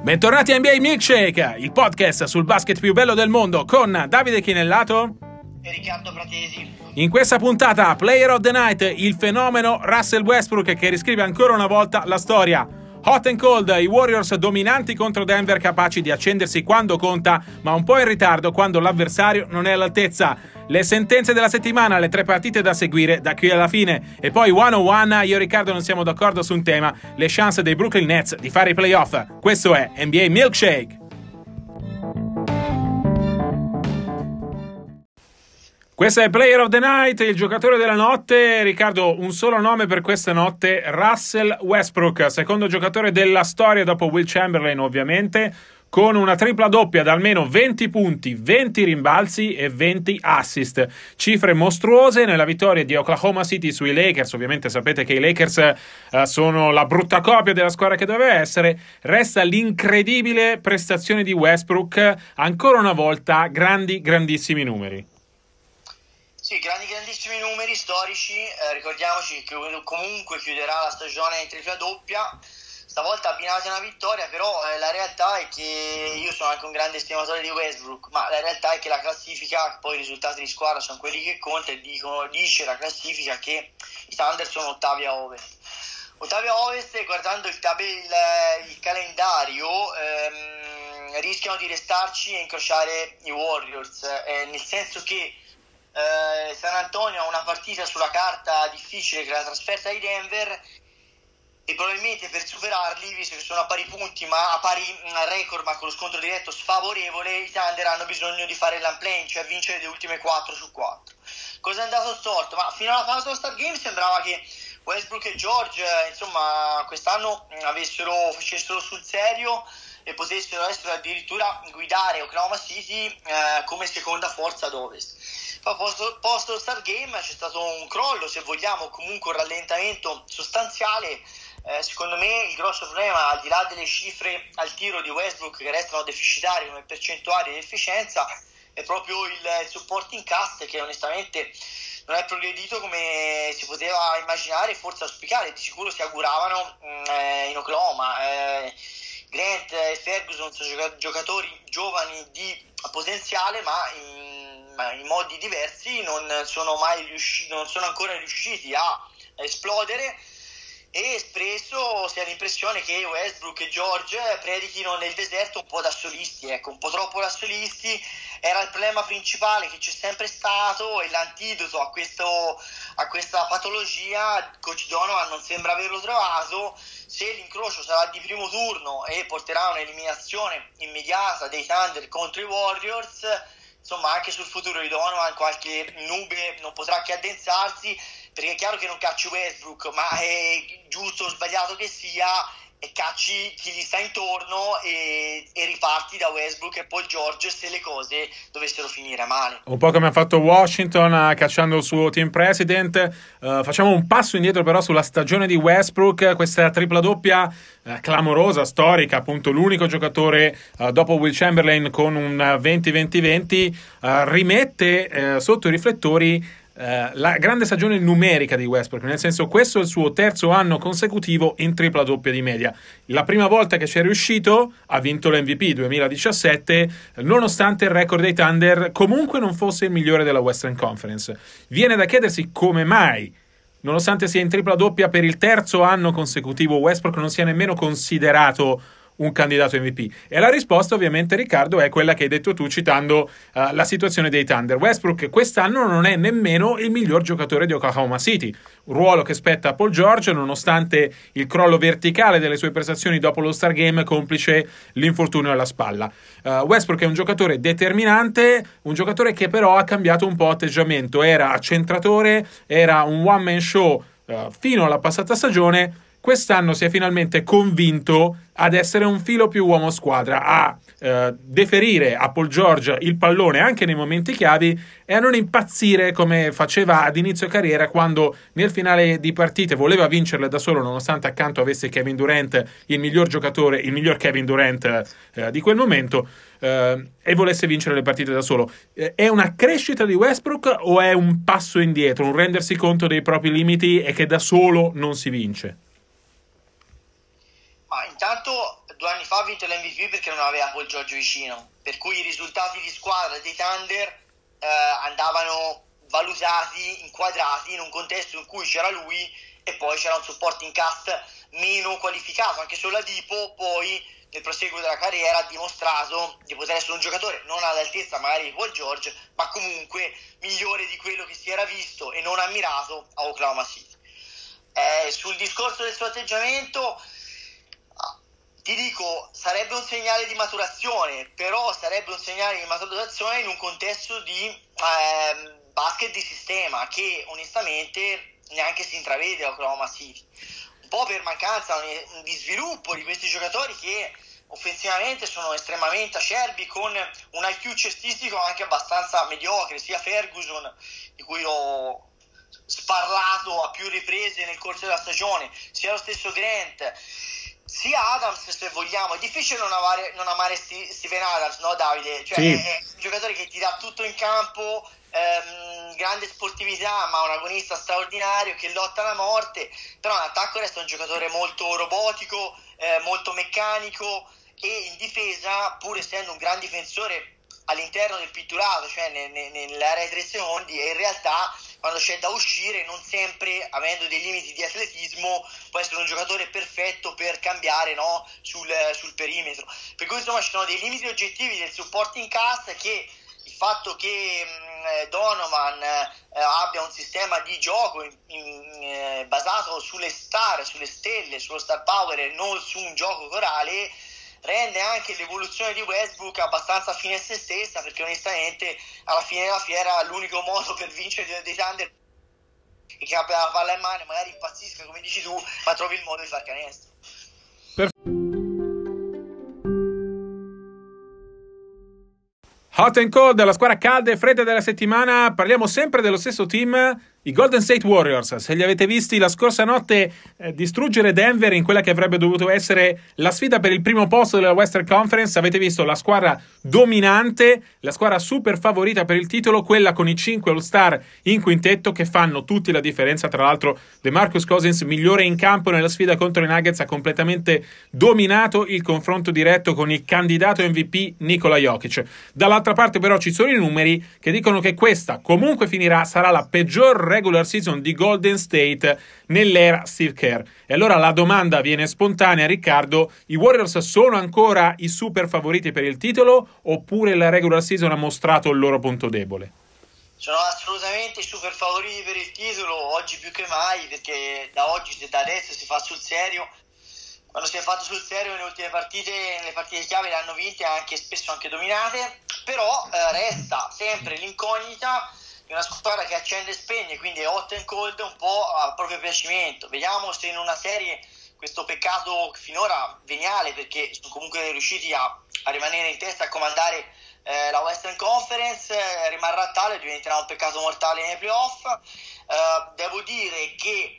Bentornati a NBA Milkshake, il podcast sul basket più bello del mondo con Davide Chinellato e Riccardo Pratesi. In questa puntata, Player of the Night, il fenomeno Russell Westbrook che riscrive ancora una volta la storia. Hot and cold, i Warriors dominanti contro Denver, capaci di accendersi quando conta, ma un po' in ritardo quando l'avversario non è all'altezza. Le sentenze della settimana, le 3 partite da seguire da qui alla fine. E poi 101, io e Riccardo non siamo d'accordo su un tema, le chance dei Brooklyn Nets di fare i playoff. Questo è NBA Milkshake. Questo è Player of the Night, il giocatore della notte. Riccardo, un solo nome per questa notte, Russell Westbrook, secondo giocatore della storia dopo Will Chamberlain ovviamente, con una tripla doppia da almeno 20 punti, 20 rimbalzi e 20 assist. Cifre mostruose nella vittoria di Oklahoma City sui Lakers. Ovviamente sapete che i Lakers sono la brutta copia della squadra che doveva essere. Resta l'incredibile prestazione di Westbrook, ancora una volta grandissimi numeri. Sì, grandissimi numeri storici, ricordiamoci che comunque chiuderà la stagione in tripla doppia, stavolta abbinata a una vittoria, però la realtà è che io sono anche un grande estimatore di Westbrook, ma la realtà è che la classifica, poi i risultati di squadra sono quelli che conta e dice la classifica che i Thunder sono ottavi a Ovest. Ottavi a Ovest, guardando il calendario, rischiano di restarci e incrociare i Warriors, nel senso che San Antonio ha una partita sulla carta difficile che è la trasferta di Denver e probabilmente per superarli, visto che sono a pari punti ma a pari record ma con lo scontro diretto sfavorevole, i Thunder hanno bisogno di fare l'unplane, cioè vincere le ultime 4-4. Cosa è andato storto? Ma fino alla fase dello Star Game sembrava che Westbrook e George insomma quest'anno facessero sul serio e potessero addirittura guidare Oklahoma City come seconda forza ad Ovest. Post Star Game c'è stato un crollo, se vogliamo, comunque un rallentamento sostanziale. Secondo me il grosso problema, al di là delle cifre al tiro di Westbrook che restano deficitarie come percentuali di efficienza, è proprio il supporting cast che onestamente non è progredito come si poteva immaginare, forse auspicare. Di sicuro si auguravano in Oklahoma. Grant e Ferguson sono giocatori giovani di potenziale, ma in modi diversi non sono ancora riusciti a esplodere, e spesso si ha l'impressione che Westbrook e George predichino nel deserto un po' da solisti, un po' troppo da solisti. Era il problema principale che c'è sempre stato e l'antidoto a questa patologia coach Donovan non sembra averlo trovato. Se l'incrocio sarà di primo turno e porterà un'eliminazione immediata dei Thunder contro i Warriors, insomma anche sul futuro di Donovan qualche nube non potrà che addensarsi, perché è chiaro che non cacci Westbrook, ma è giusto o sbagliato che sia, e cacci chi gli sta intorno e riparti da Westbrook e Paul George se le cose dovessero finire male. Un po' come ha fatto Washington cacciando il suo team president. Facciamo un passo indietro però sulla stagione di Westbrook, questa tripla doppia clamorosa, storica, appunto l'unico giocatore dopo Will Chamberlain con un 20-20-20, rimette sotto i riflettori la grande stagione numerica di Westbrook, nel senso questo è il suo terzo anno consecutivo in tripla doppia di media. La prima volta che ci è riuscito ha vinto l'MVP 2017, nonostante il record dei Thunder comunque non fosse il migliore della Western Conference. Viene da chiedersi come mai, nonostante sia in tripla doppia per il terzo anno consecutivo, Westbrook non sia nemmeno considerato un candidato MVP. E la risposta ovviamente, Riccardo, è quella che hai detto tu citando la situazione dei Thunder. Westbrook quest'anno non è nemmeno il miglior giocatore di Oklahoma City, un ruolo che spetta a Paul George nonostante il crollo verticale delle sue prestazioni dopo lo Star Game, complice l'infortunio alla spalla. Westbrook è un giocatore determinante, un giocatore che però ha cambiato un po' atteggiamento, era accentratore, era un one man show fino alla passata stagione. Quest'anno si è finalmente convinto ad essere un filo più uomo squadra, a deferire a Paul George il pallone anche nei momenti chiavi e a non impazzire come faceva ad inizio carriera, quando nel finale di partite voleva vincerle da solo nonostante accanto avesse Kevin Durant, il miglior giocatore, il miglior Kevin Durant di quel momento, e volesse vincere le partite da solo. È una crescita di Westbrook o è un passo indietro, un rendersi conto dei propri limiti e che da solo non si vince? Ma intanto 2 anni fa ha vinto l'MVP perché non aveva Paul George vicino, per cui i risultati di squadra dei Thunder andavano valutati, inquadrati in un contesto in cui c'era lui e poi c'era un supporting cast meno qualificato. Anche Oladipo poi nel proseguo della carriera ha dimostrato di poter essere un giocatore non all'altezza magari di Paul George, ma comunque migliore di quello che si era visto e non ammirato a Oklahoma City. Sul discorso del suo atteggiamento, ti dico, sarebbe un segnale di maturazione, però sarebbe un segnale di maturazione in un contesto di basket di sistema che onestamente neanche si intravede a Oklahoma City, un po' per mancanza di sviluppo di questi giocatori che offensivamente sono estremamente acerbi, con un IQ cestistico anche abbastanza mediocre, sia Ferguson, di cui ho sparlato a più riprese nel corso della stagione, sia lo stesso Grant, sia Adams, se vogliamo. È difficile non amare Steven Adams, no Davide? Cioè, sì. È un giocatore che ti dà tutto in campo, grande sportività, ma un agonista straordinario che lotta alla morte, però in attacco resta un giocatore molto robotico, molto meccanico, e in difesa, pur essendo un gran difensore all'interno del pitturato, cioè nell'area dei 3 secondi, e in realtà quando c'è da uscire, non sempre, avendo dei limiti di atletismo, può essere un giocatore perfetto per cambiare, no, sul perimetro. Per cui insomma ci sono dei limiti oggettivi del supporting cast, che il fatto che Donovan abbia un sistema di gioco basato sulle star, sulle stelle, sullo star power e non su un gioco corale, rende anche l'evoluzione di Westbrook abbastanza fine a se stessa, perché onestamente alla fine della fiera l'unico modo per vincere dei Thunder è che abbia la palla in mano, magari impazzisca come dici tu, ma trovi il modo di far canestro. Hot and cold, la squadra calda e fredda della settimana. Parliamo sempre dello stesso team, i Golden State Warriors. Se li avete visti la scorsa notte distruggere Denver in quella che avrebbe dovuto essere la sfida per il primo posto della Western Conference, avete visto la squadra dominante, la squadra super favorita per il titolo, quella con i 5 All-Star in quintetto che fanno tutti la differenza. Tra l'altro DeMarcus Cousins, migliore in campo nella sfida contro i Nuggets, ha completamente dominato il confronto diretto con il candidato MVP Nikola Jokic. Dall'altra parte però ci sono i numeri che dicono che questa comunque sarà la peggior regular season di Golden State nell'era Steve Kerr. E allora la domanda viene spontanea, Riccardo: i Warriors sono ancora i super favoriti per il titolo, oppure la regular season ha mostrato il loro punto debole? Sono assolutamente i super favoriti per il titolo, oggi più che mai, perché da adesso si fa sul serio. Quando si è fatto sul serio nelle ultime partite, le partite chiave le hanno vinte, spesso anche dominate, però resta sempre l'incognita di una squadra che accende e spegne, quindi è hot and cold un po' a proprio piacimento. Vediamo se in una serie questo peccato finora veniale, perché sono comunque riusciti a rimanere in testa, a comandare la Western Conference, rimarrà tale, diventerà un peccato mortale nei playoff. Devo dire che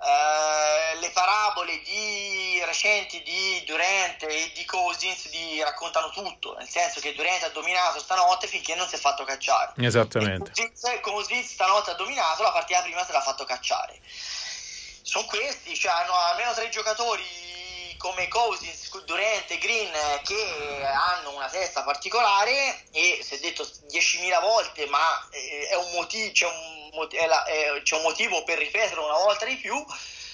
le parabole recenti di Durant e di Cousins raccontano tutto, nel senso che Durant ha dominato stanotte finché non si è fatto cacciare. Esattamente. Cousins stanotte ha dominato, la partita prima se l'ha fatto cacciare. Sono questi, cioè hanno almeno 3 giocatori come Cousins, Durant e Green che hanno una testa particolare, e si è detto 10.000 volte, ma è un motivo, c'è un motivo per ripeterlo una volta di più.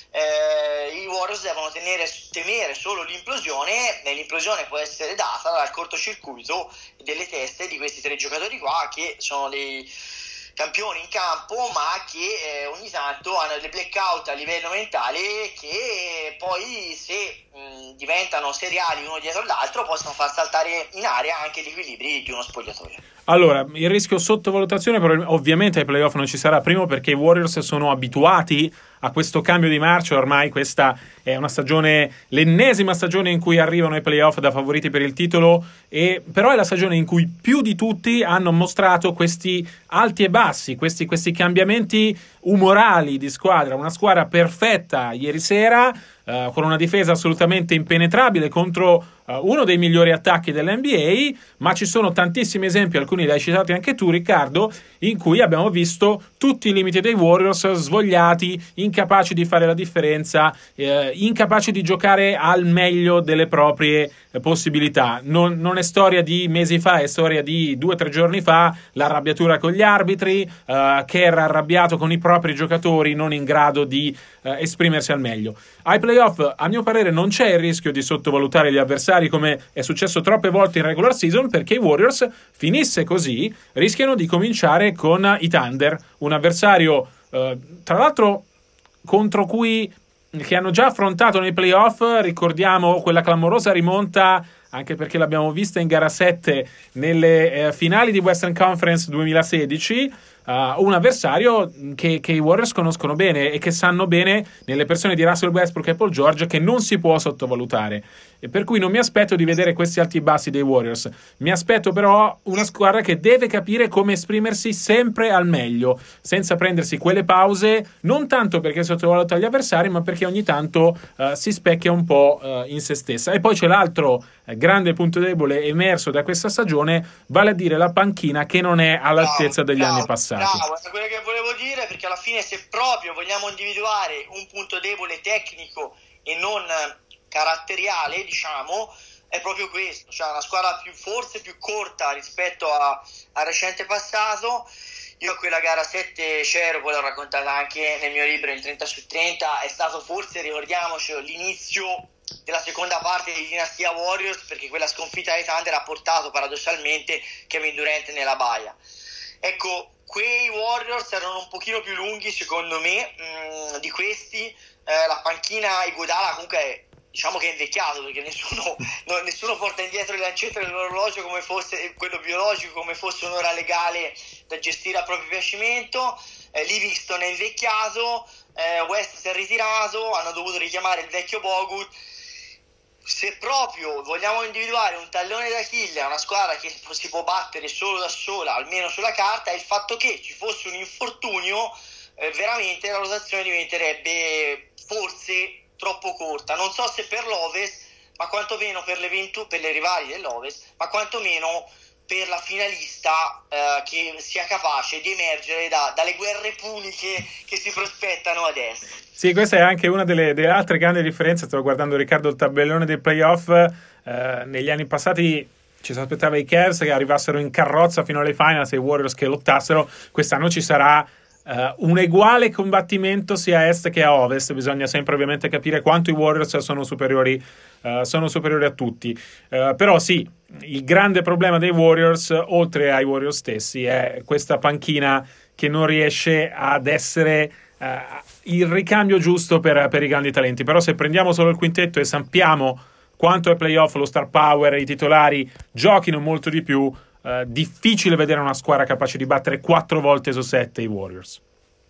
I Warriors devono temere solo l'implosione, e l'implosione può essere data dal cortocircuito delle teste di questi 3 giocatori qua, che sono dei campioni in campo, ma che ogni tanto hanno delle blackout a livello mentale che poi, se diventano seriali uno dietro l'altro, possono far saltare in aria anche gli equilibri di uno spogliatoio. Allora, il rischio sottovalutazione ovviamente ai playoff non ci sarà, primo perché i Warriors sono abituati a questo cambio di marcia, ormai questa è una stagione, l'ennesima stagione in cui arrivano ai playoff da favoriti per il titolo, e però è la stagione in cui più di tutti hanno mostrato questi alti e bassi, questi cambiamenti umorali di squadra. Una squadra perfetta ieri sera, con una difesa assolutamente impenetrabile contro uno dei migliori attacchi dell'NBA, ma ci sono tantissimi esempi, alcuni li hai citati anche tu, Riccardo, in cui abbiamo visto tutti i limiti dei Warriors svogliati, incapaci di fare la differenza, incapaci di giocare al meglio delle proprie possibilità. Non è storia di mesi fa, è storia di 2 o 3 giorni fa, l'arrabbiatura con gli arbitri, Kerr arrabbiato con i propri giocatori, non in grado di esprimersi al meglio. Ai playoff, a mio parere, non c'è il rischio di sottovalutare gli avversari come è successo troppe volte in regular season, perché i Warriors, finisse così, rischiano di cominciare con i Thunder, un avversario tra l'altro contro cui che hanno già affrontato nei playoff. Ricordiamo quella clamorosa rimonta, anche perché l'abbiamo vista in gara 7 nelle finali di Western Conference 2016, un avversario che i Warriors conoscono bene e che sanno bene, nelle persone di Russell Westbrook e Paul George, che non si può sottovalutare, e per cui non mi aspetto di vedere questi alti e bassi dei Warriors. Mi aspetto però una squadra che deve capire come esprimersi sempre al meglio, senza prendersi quelle pause, non tanto perché sottovaluta gli avversari, ma perché ogni tanto si specchia un po' in se stessa. E poi c'è l'altro grande punto debole emerso da questa stagione, vale a dire la panchina, che non è all'altezza degli anni passati. Bravo, è quello che volevo dire, perché alla fine, se proprio vogliamo individuare un punto debole tecnico e non caratteriale, diciamo, è proprio questo, cioè una squadra forse più corta rispetto al recente passato. Io quella gara 7 c'ero, poi l'ho raccontata anche nel mio libro in 30 su 30, è stato forse, ricordiamoci, l'inizio della seconda parte di Dinastia Warriors, perché quella sconfitta dei Thunder ha portato paradossalmente Kevin Durant nella baia. Ecco, quei Warriors erano un pochino più lunghi, secondo me, di questi. La panchina Iguodala comunque diciamo che è invecchiato, perché nessuno porta indietro il lancetto dell'orologio come fosse quello biologico, come fosse un'ora legale da gestire a proprio piacimento. Livingston è invecchiato, West si è ritirato, hanno dovuto richiamare il vecchio Bogut. Se proprio vogliamo individuare un tallone d'Achille a una squadra che si può battere solo da sola, almeno sulla carta, è il fatto che ci fosse un infortunio, veramente la rotazione diventerebbe forse troppo corta. Non so se per l'Ovest, ma quantomeno per le rivali dell'Ovest, ma quantomeno per la finalista che sia capace di emergere dalle guerre puniche che si prospettano ad est. Sì, questa è anche una delle altre grandi differenze. Stavo guardando, Riccardo, il tabellone dei playoff. Negli anni passati ci si aspettava i Cavs che arrivassero in carrozza fino alle finals e i Warriors che lottassero. Quest'anno ci sarà un uguale combattimento sia a est che a ovest. Bisogna sempre ovviamente capire quanto i Warriors sono superiori a tutti. Però sì, il grande problema dei Warriors, oltre ai Warriors stessi, è questa panchina che non riesce ad essere il ricambio giusto per i grandi talenti. Però se prendiamo solo il quintetto e sappiamo quanto ai playoff lo star power e i titolari giochino molto di più, difficile vedere una squadra capace di battere 4 volte su 7 i Warriors.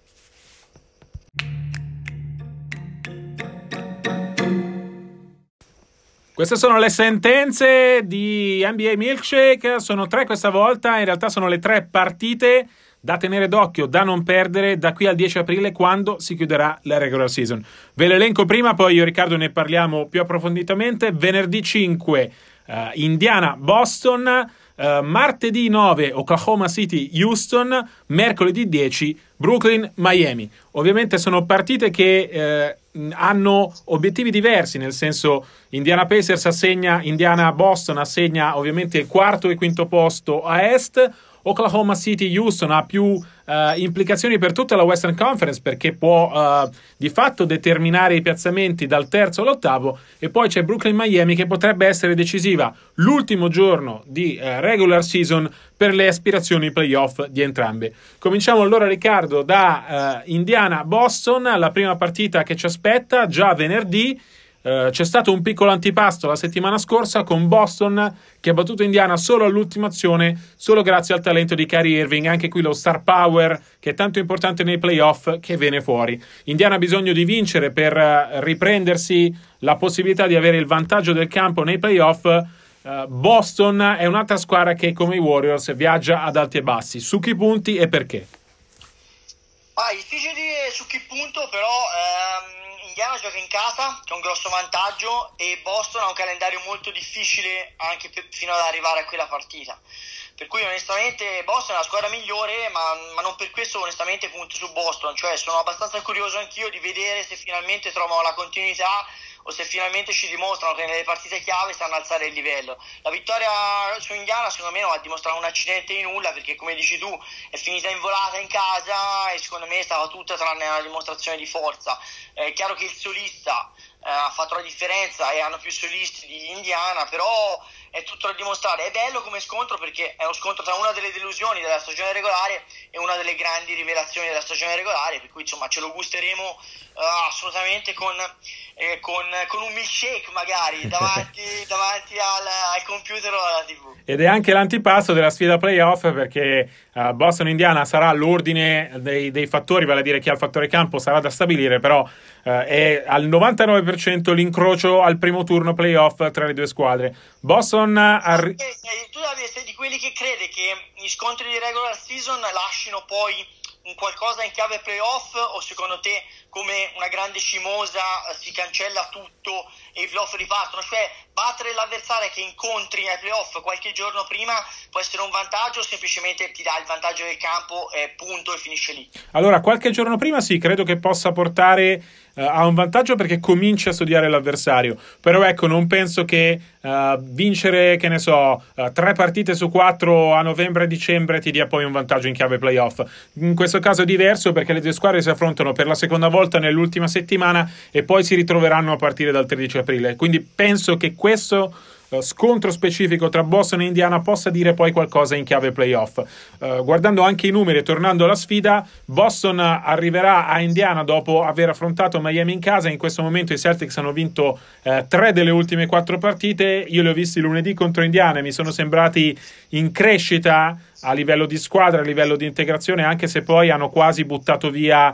Queste sono le sentenze di NBA Milkshake, sono 3 questa volta, in realtà sono le 3 partite da tenere d'occhio, da non perdere da qui al 10 aprile, quando si chiuderà la regular season. Ve l'elenco prima, poi io e Riccardo ne parliamo più approfonditamente. Venerdì 5 Indiana Boston, martedì 9 Oklahoma City Houston, mercoledì 10 Brooklyn Miami. Ovviamente sono partite che hanno obiettivi diversi, nel senso Indiana Boston assegna ovviamente il quarto e quinto posto a est. Oklahoma City Houston ha più implicazioni per tutta la Western Conference, perché può di fatto determinare i piazzamenti dal terzo all'8, e poi c'è Brooklyn Miami che potrebbe essere decisiva l'ultimo giorno di regular season per le aspirazioni playoff di entrambe. Cominciamo allora, Riccardo, da Indiana Boston, la prima partita che ci aspetta già venerdì. C'è stato un piccolo antipasto la settimana scorsa con Boston che ha battuto Indiana solo all'ultima azione, solo grazie al talento di Kyrie Irving. Anche qui lo star power che è tanto importante nei playoff che viene fuori. Indiana ha bisogno di vincere per riprendersi la possibilità di avere il vantaggio del campo nei playoff. Boston è un'altra squadra che, come i Warriors, viaggia ad alti e bassi. Su chi punti e perché? Difficile dire su chi punto, però Indiana gioca in casa, che è un grosso vantaggio, e Boston ha un calendario molto difficile anche fino ad arrivare a quella partita. Per cui onestamente Boston è la squadra migliore, ma non per questo onestamente punto su Boston. Cioè sono abbastanza curioso anch'io di vedere se finalmente trovano la continuità o se finalmente ci dimostrano che nelle partite chiave stanno alzare il livello. La vittoria su Indiana secondo me non ha dimostrato un accidente di nulla, perché come dici tu è finita in volata in casa e secondo me è stata tutta tranne una dimostrazione di forza. È chiaro che il solista ha fatto la differenza e hanno più solisti di Indiana, però è tutto da dimostrare. È bello come scontro perché è uno scontro tra una delle delusioni della stagione regolare e una delle grandi rivelazioni della stagione regolare, per cui insomma ce lo gusteremo assolutamente con un milkshake magari davanti al computer o alla TV. Ed è anche l'antipasto della sfida playoff, perché Boston-Indiana sarà l'ordine dei fattori, vale a dire chi ha il fattore campo sarà da stabilire, però è al 99% l'incrocio al primo turno playoff tra le due squadre. Boston tu sei di quelli che crede che gli scontri di regular season lasciano poi un qualcosa in chiave playoff, o secondo te come una grande cimosa si cancella tutto e i playoff ripartono? Cioè battere l'avversario che incontri ai playoff qualche giorno prima può essere un vantaggio, o semplicemente ti dà il vantaggio del campo e punto e finisce lì? Allora, qualche giorno prima sì, credo che possa portare a un vantaggio, perché cominci a studiare l'avversario. Però ecco, non penso che vincere, che ne so, 3 partite su 4 a novembre e dicembre ti dia poi un vantaggio in chiave playoff. In questo caso è diverso, perché le due squadre si affrontano per la seconda volta nell'ultima settimana e poi si ritroveranno a partire dal 13 aprile. Quindi penso che questo scontro specifico tra Boston e Indiana possa dire poi qualcosa in chiave playoff. Guardando anche i numeri e tornando alla sfida, Boston arriverà a Indiana dopo aver affrontato Miami in casa. In questo momento i Celtics hanno vinto 3 delle ultime 4 partite. Io li ho visti lunedì contro Indiana e mi sono sembrati in crescita a livello di squadra, a livello di integrazione, anche se poi hanno quasi buttato via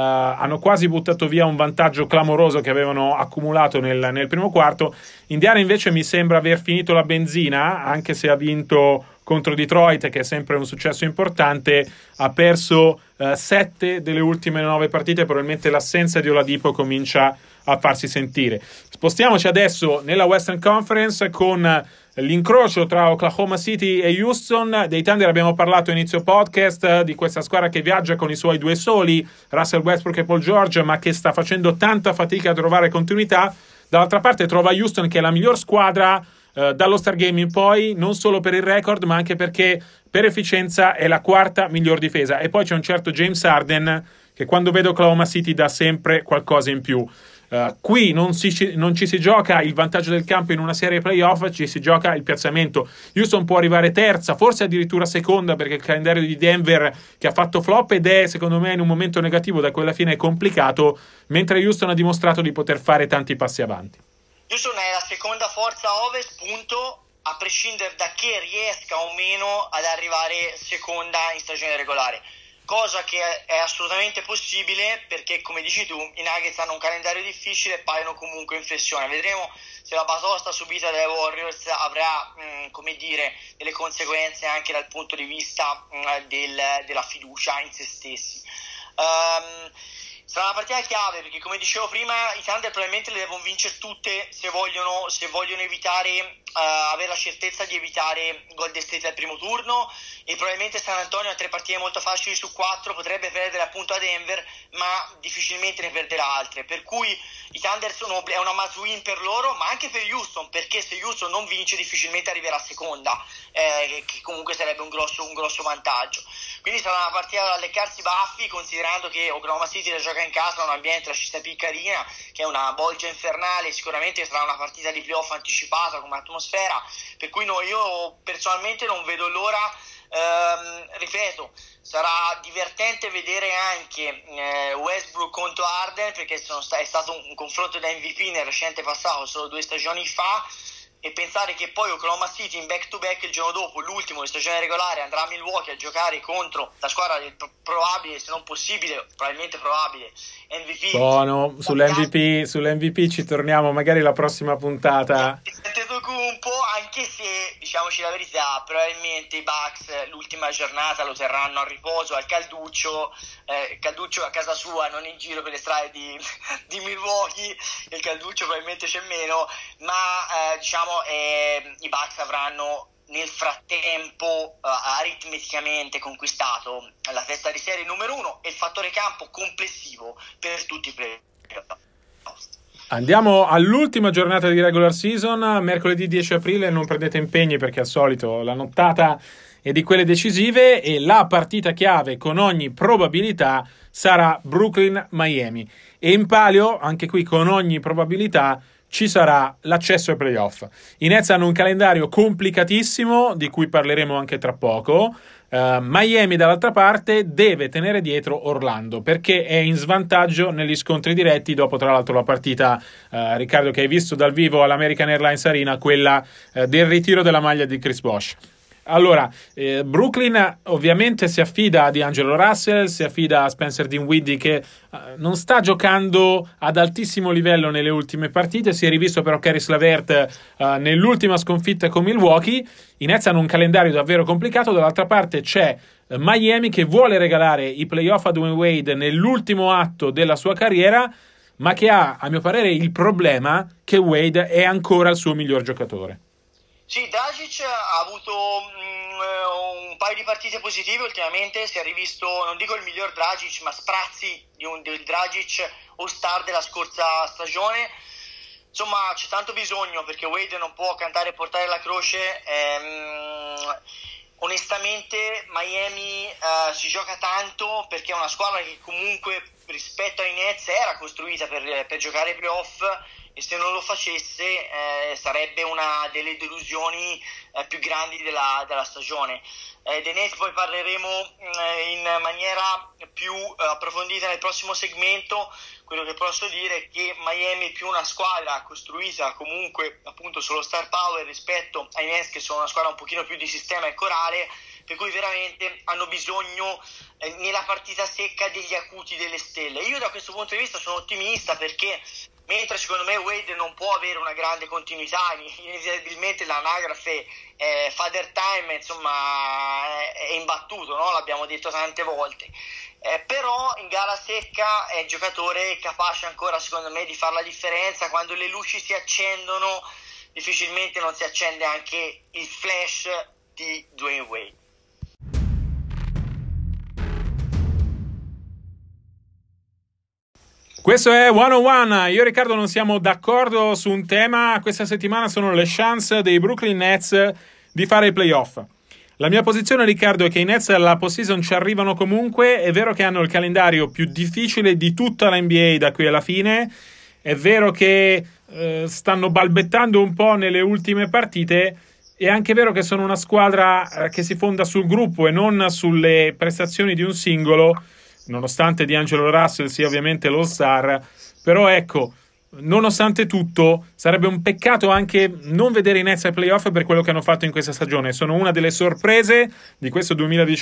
un vantaggio clamoroso che avevano accumulato nel primo quarto. Indiana invece mi sembra aver finito la benzina, anche se ha vinto contro Detroit, che è sempre un successo importante. Ha perso 7 delle ultime 9 partite. Probabilmente l'assenza di Oladipo comincia a farsi sentire. Spostiamoci adesso nella Western Conference con l'incrocio tra Oklahoma City e Houston. Dei Thunder abbiamo parlato a inizio podcast, di questa squadra che viaggia con i suoi due soli, Russell Westbrook e Paul George, ma che sta facendo tanta fatica a trovare continuità. Dall'altra parte trova Houston, che è la miglior squadra dallo Stargame in poi, non solo per il record ma anche perché per efficienza è la quarta miglior difesa. E poi c'è un certo James Harden che quando vede Oklahoma City dà sempre qualcosa in più. Qui non ci si gioca il vantaggio del campo in una serie playoff, ci si gioca il piazzamento. Houston può arrivare terza, forse addirittura seconda, perché il calendario di Denver, che ha fatto flop ed è secondo me in un momento negativo da quella fine, è complicato, mentre Houston ha dimostrato di poter fare tanti passi avanti. Houston è la seconda forza ovest, punto, a prescindere da che riesca o meno ad arrivare seconda in stagione regolare. Cosa che è assolutamente possibile, perché come dici tu i Nuggets hanno un calendario difficile e paiono comunque in flessione. Vedremo se la batosta subita dai Warriors avrà delle conseguenze anche dal punto di vista della fiducia in se stessi. Sarà una partita chiave, perché come dicevo prima i Thunder probabilmente le devono vincere tutte se vogliono evitare avere la certezza di evitare Golden State al primo turno, e probabilmente San Antonio ha 3 partite molto facili su 4, potrebbe perdere appunto a Denver, ma difficilmente ne perderà altre, per cui i Thunder è una must win per loro, ma anche per Houston, perché se Houston non vince difficilmente arriverà seconda, che comunque sarebbe un grosso vantaggio. Quindi sarà una partita da leccarsi i baffi, considerando che Oklahoma City la gioca in casa, un ambiente, la città piccarina, che è una bolgia infernale. Sicuramente sarà una partita di playoff anticipata come atmosfera, per cui io personalmente non vedo l'ora. Ripeto, sarà divertente vedere anche Westbrook contro Harden, perché è stato un confronto da MVP nel recente passato, solo 2 stagioni fa, e pensare che poi Oklahoma City in back to back il giorno dopo, l'ultimo di stagione regolare, andrà a Milwaukee a giocare contro la squadra del probabile, se non possibile, probabilmente probabile MVP. Buono, sull'MVP ci torniamo magari la prossima puntata. Antetokounmpo, anche se diciamoci la verità, probabilmente i Bucks l'ultima giornata lo terranno a riposo al Calduccio a casa sua, non in giro per le strade di Milwaukee. Il Calduccio probabilmente c'è meno, ma i Bucks avranno nel frattempo aritmeticamente conquistato la testa di serie numero 1 e il fattore campo complessivo per tutti i playoff. Andiamo all'ultima giornata di regular season, mercoledì 10 aprile, non prendete impegni perché al solito la nottata è di quelle decisive e la partita chiave con ogni probabilità sarà Brooklyn-Miami. E in palio, anche qui con ogni probabilità, ci sarà l'accesso ai playoff. I Nets hanno un calendario complicatissimo, di cui parleremo anche tra poco. Miami, dall'altra parte, deve tenere dietro Orlando, perché è in svantaggio negli scontri diretti, dopo tra l'altro la partita, Riccardo, che hai visto dal vivo all'American Airlines Arena, quella del ritiro della maglia di Chris Bosh. Allora, Brooklyn ovviamente si affida a D'Angelo Russell, si affida a Spencer Dinwiddie che non sta giocando ad altissimo livello nelle ultime partite, si è rivisto però Caris LeVert nell'ultima sconfitta con Milwaukee. I Nets hanno un calendario davvero complicato, dall'altra parte c'è Miami che vuole regalare i playoff a Dwayne Wade nell'ultimo atto della sua carriera, ma che ha, a mio parere, il problema che Wade è ancora il suo miglior giocatore. Sì, Dragic ha avuto un paio di partite positive ultimamente, si è rivisto, non dico il miglior Dragic, ma sprazzi del Dragic All-Star della scorsa stagione. Insomma, c'è tanto bisogno perché Wade non può cantare e portare la croce. Onestamente Miami si gioca tanto perché è una squadra che comunque rispetto ai Nets era costruita per giocare ai playoff, e se non lo facesse sarebbe una delle delusioni più grandi della stagione. Dei Nets poi parleremo in maniera più approfondita nel prossimo segmento. Quello che posso dire è che Miami è più una squadra costruita comunque appunto sullo star power rispetto ai Nets, che sono una squadra un pochino più di sistema e corale, per cui veramente hanno bisogno nella partita secca degli acuti delle stelle. Io da questo punto di vista sono ottimista perché mentre secondo me Wade non può avere una grande continuità, inevitabilmente l'anagrafe Father Time insomma è imbattuto, no? L'abbiamo detto tante volte, però in gara secca è un giocatore capace ancora secondo me di fare la differenza. Quando le luci si accendono difficilmente non si accende anche il flash di Dwayne Wade. Questo è 101. Io e Riccardo non siamo d'accordo su un tema. Questa settimana sono le chance dei Brooklyn Nets di fare i playoff. La mia posizione, Riccardo, è che i Nets alla postseason ci arrivano comunque. È vero che hanno il calendario più difficile di tutta la NBA da qui alla fine. È vero che stanno balbettando un po' nelle ultime partite. È anche vero che sono una squadra che si fonda sul gruppo e non sulle prestazioni di un singolo, nonostante D'Angelo Russell sia ovviamente l'All-Star. Però ecco, nonostante tutto sarebbe un peccato anche non vedere i Nets ai playoff per quello che hanno fatto in questa stagione. Sono una delle sorprese di questo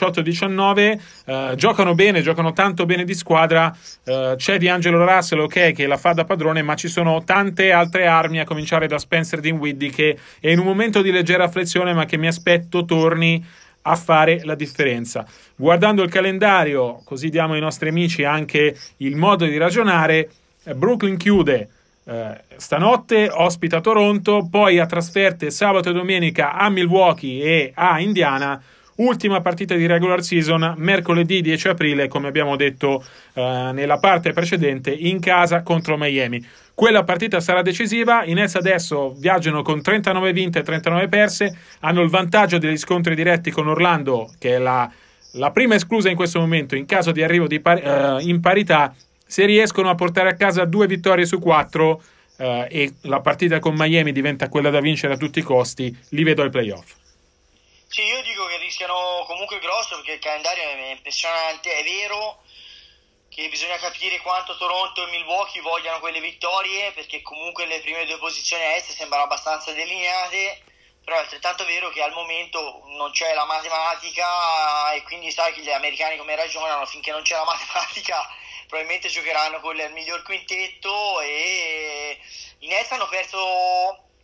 2018-19. Giocano bene, giocano tanto bene di squadra. C'è D'Angelo Russell, ok, che la fa da padrone, ma ci sono tante altre armi, a cominciare da Spencer Dinwiddie, che è in un momento di leggera flessione ma che mi aspetto torni a fare la differenza. Guardando il calendario, così diamo ai nostri amici anche il modo di ragionare. Brooklyn chiude stanotte, ospita Toronto, poi a trasferte sabato e domenica a Milwaukee e a Indiana. Ultima partita di regular season mercoledì 10 aprile, come abbiamo detto nella parte precedente, in casa contro Miami. Quella partita sarà decisiva. I Nets adesso viaggiano con 39 vinte e 39 perse, hanno il vantaggio degli scontri diretti con Orlando, che è la prima esclusa in questo momento. In caso di arrivo in parità, se riescono a portare a casa 2 vittorie su 4 e la partita con Miami diventa quella da vincere a tutti i costi, li vedo ai playoff. Sì, io dico che rischiano comunque grosso perché il calendario è impressionante. È vero che bisogna capire quanto Toronto e Milwaukee vogliano quelle vittorie, perché comunque le prime 2 posizioni a est sembrano abbastanza delineate, però è altrettanto vero che al momento non c'è la matematica e quindi sai che gli americani come ragionano: finché non c'è la matematica probabilmente giocheranno con il miglior quintetto, e i Nets hanno perso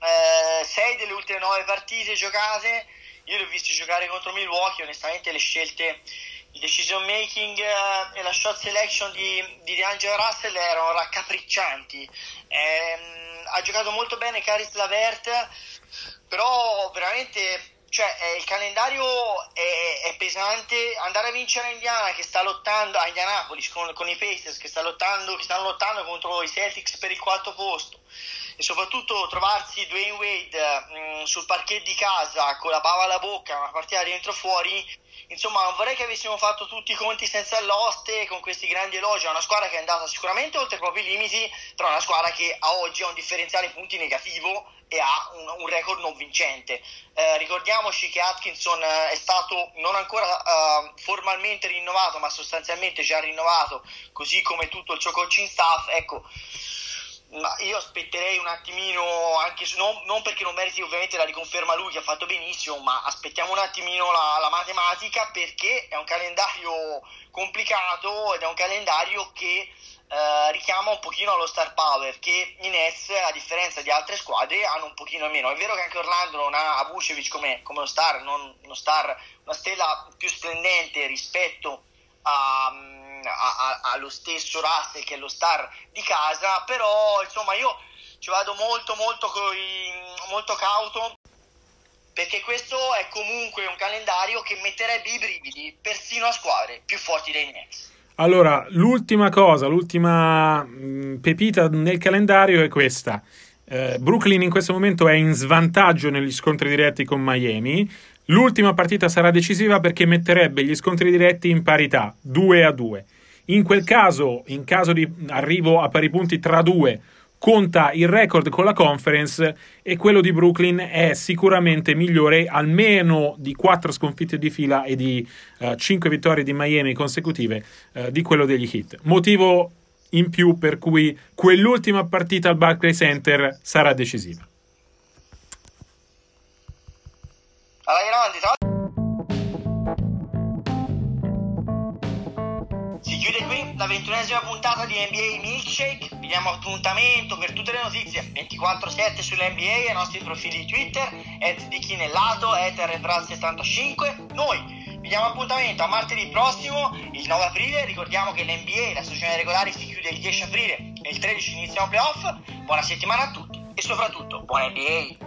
6 delle ultime 9 partite giocate, io li ho visti giocare contro Milwaukee, onestamente le scelte, il decision making e la shot selection di D'Angelo Russell erano raccapriccianti. Ha giocato molto bene Caris LeVert, però veramente, il calendario è pesante. Andare a vincere a Indiana, che sta lottando a Indianapolis con i Pacers, che stanno lottando contro i Celtics per il 4º posto, e soprattutto trovarsi Dwayne Wade sul parquet di casa con la bava alla bocca, una partita dentro fuori. Insomma, non vorrei che avessimo fatto tutti i conti senza l'oste con questi grandi elogi. È una squadra che è andata sicuramente oltre i propri limiti, però è una squadra che a oggi ha un differenziale punti negativo e ha un record non vincente. Ricordiamoci che Atkinson è stato non ancora formalmente rinnovato, ma sostanzialmente già rinnovato, così come tutto il suo coaching staff. Ecco, ma io aspetterei un attimino, anche non perché non meriti ovviamente la riconferma lui, che ha fatto benissimo, ma aspettiamo un attimino la matematica, perché è un calendario complicato ed è un calendario che richiama un pochino allo star power, che i Nets, a differenza di altre squadre, hanno un pochino meno. È vero che anche Orlando non ha Vucevic come uno star, una stella più splendente rispetto allo stesso Russell, che è lo star di casa, però insomma io ci vado molto cauto, perché questo è comunque un calendario che metterebbe i brividi persino a squadre più forti dei Nets. Allora, l'ultima pepita nel calendario è questa. Brooklyn in questo momento è in svantaggio negli scontri diretti con Miami. L'ultima partita sarà decisiva perché metterebbe gli scontri diretti in parità, 2-2. In quel caso, in caso di arrivo a pari punti tra due, conta il record con la conference, e quello di Brooklyn è sicuramente migliore, almeno di 4 sconfitte di fila e di 5 vittorie di Miami consecutive di quello degli Heat. Motivo in più per cui quell'ultima partita al Barclays Center sarà decisiva. Alla grande, si chiude qui la 21esima puntata di NBA Milkshake. Vi diamo appuntamento per tutte le notizie 24/7 sull'NBA ai nostri profili Twitter @dichinellato @rpraz75. Noi vi diamo appuntamento a martedì prossimo, il 9 aprile. Ricordiamo che l'NBA, la stagione regolare, si chiude il 10 aprile e il 13 iniziano playoff. Buona settimana a tutti e soprattutto buona NBA.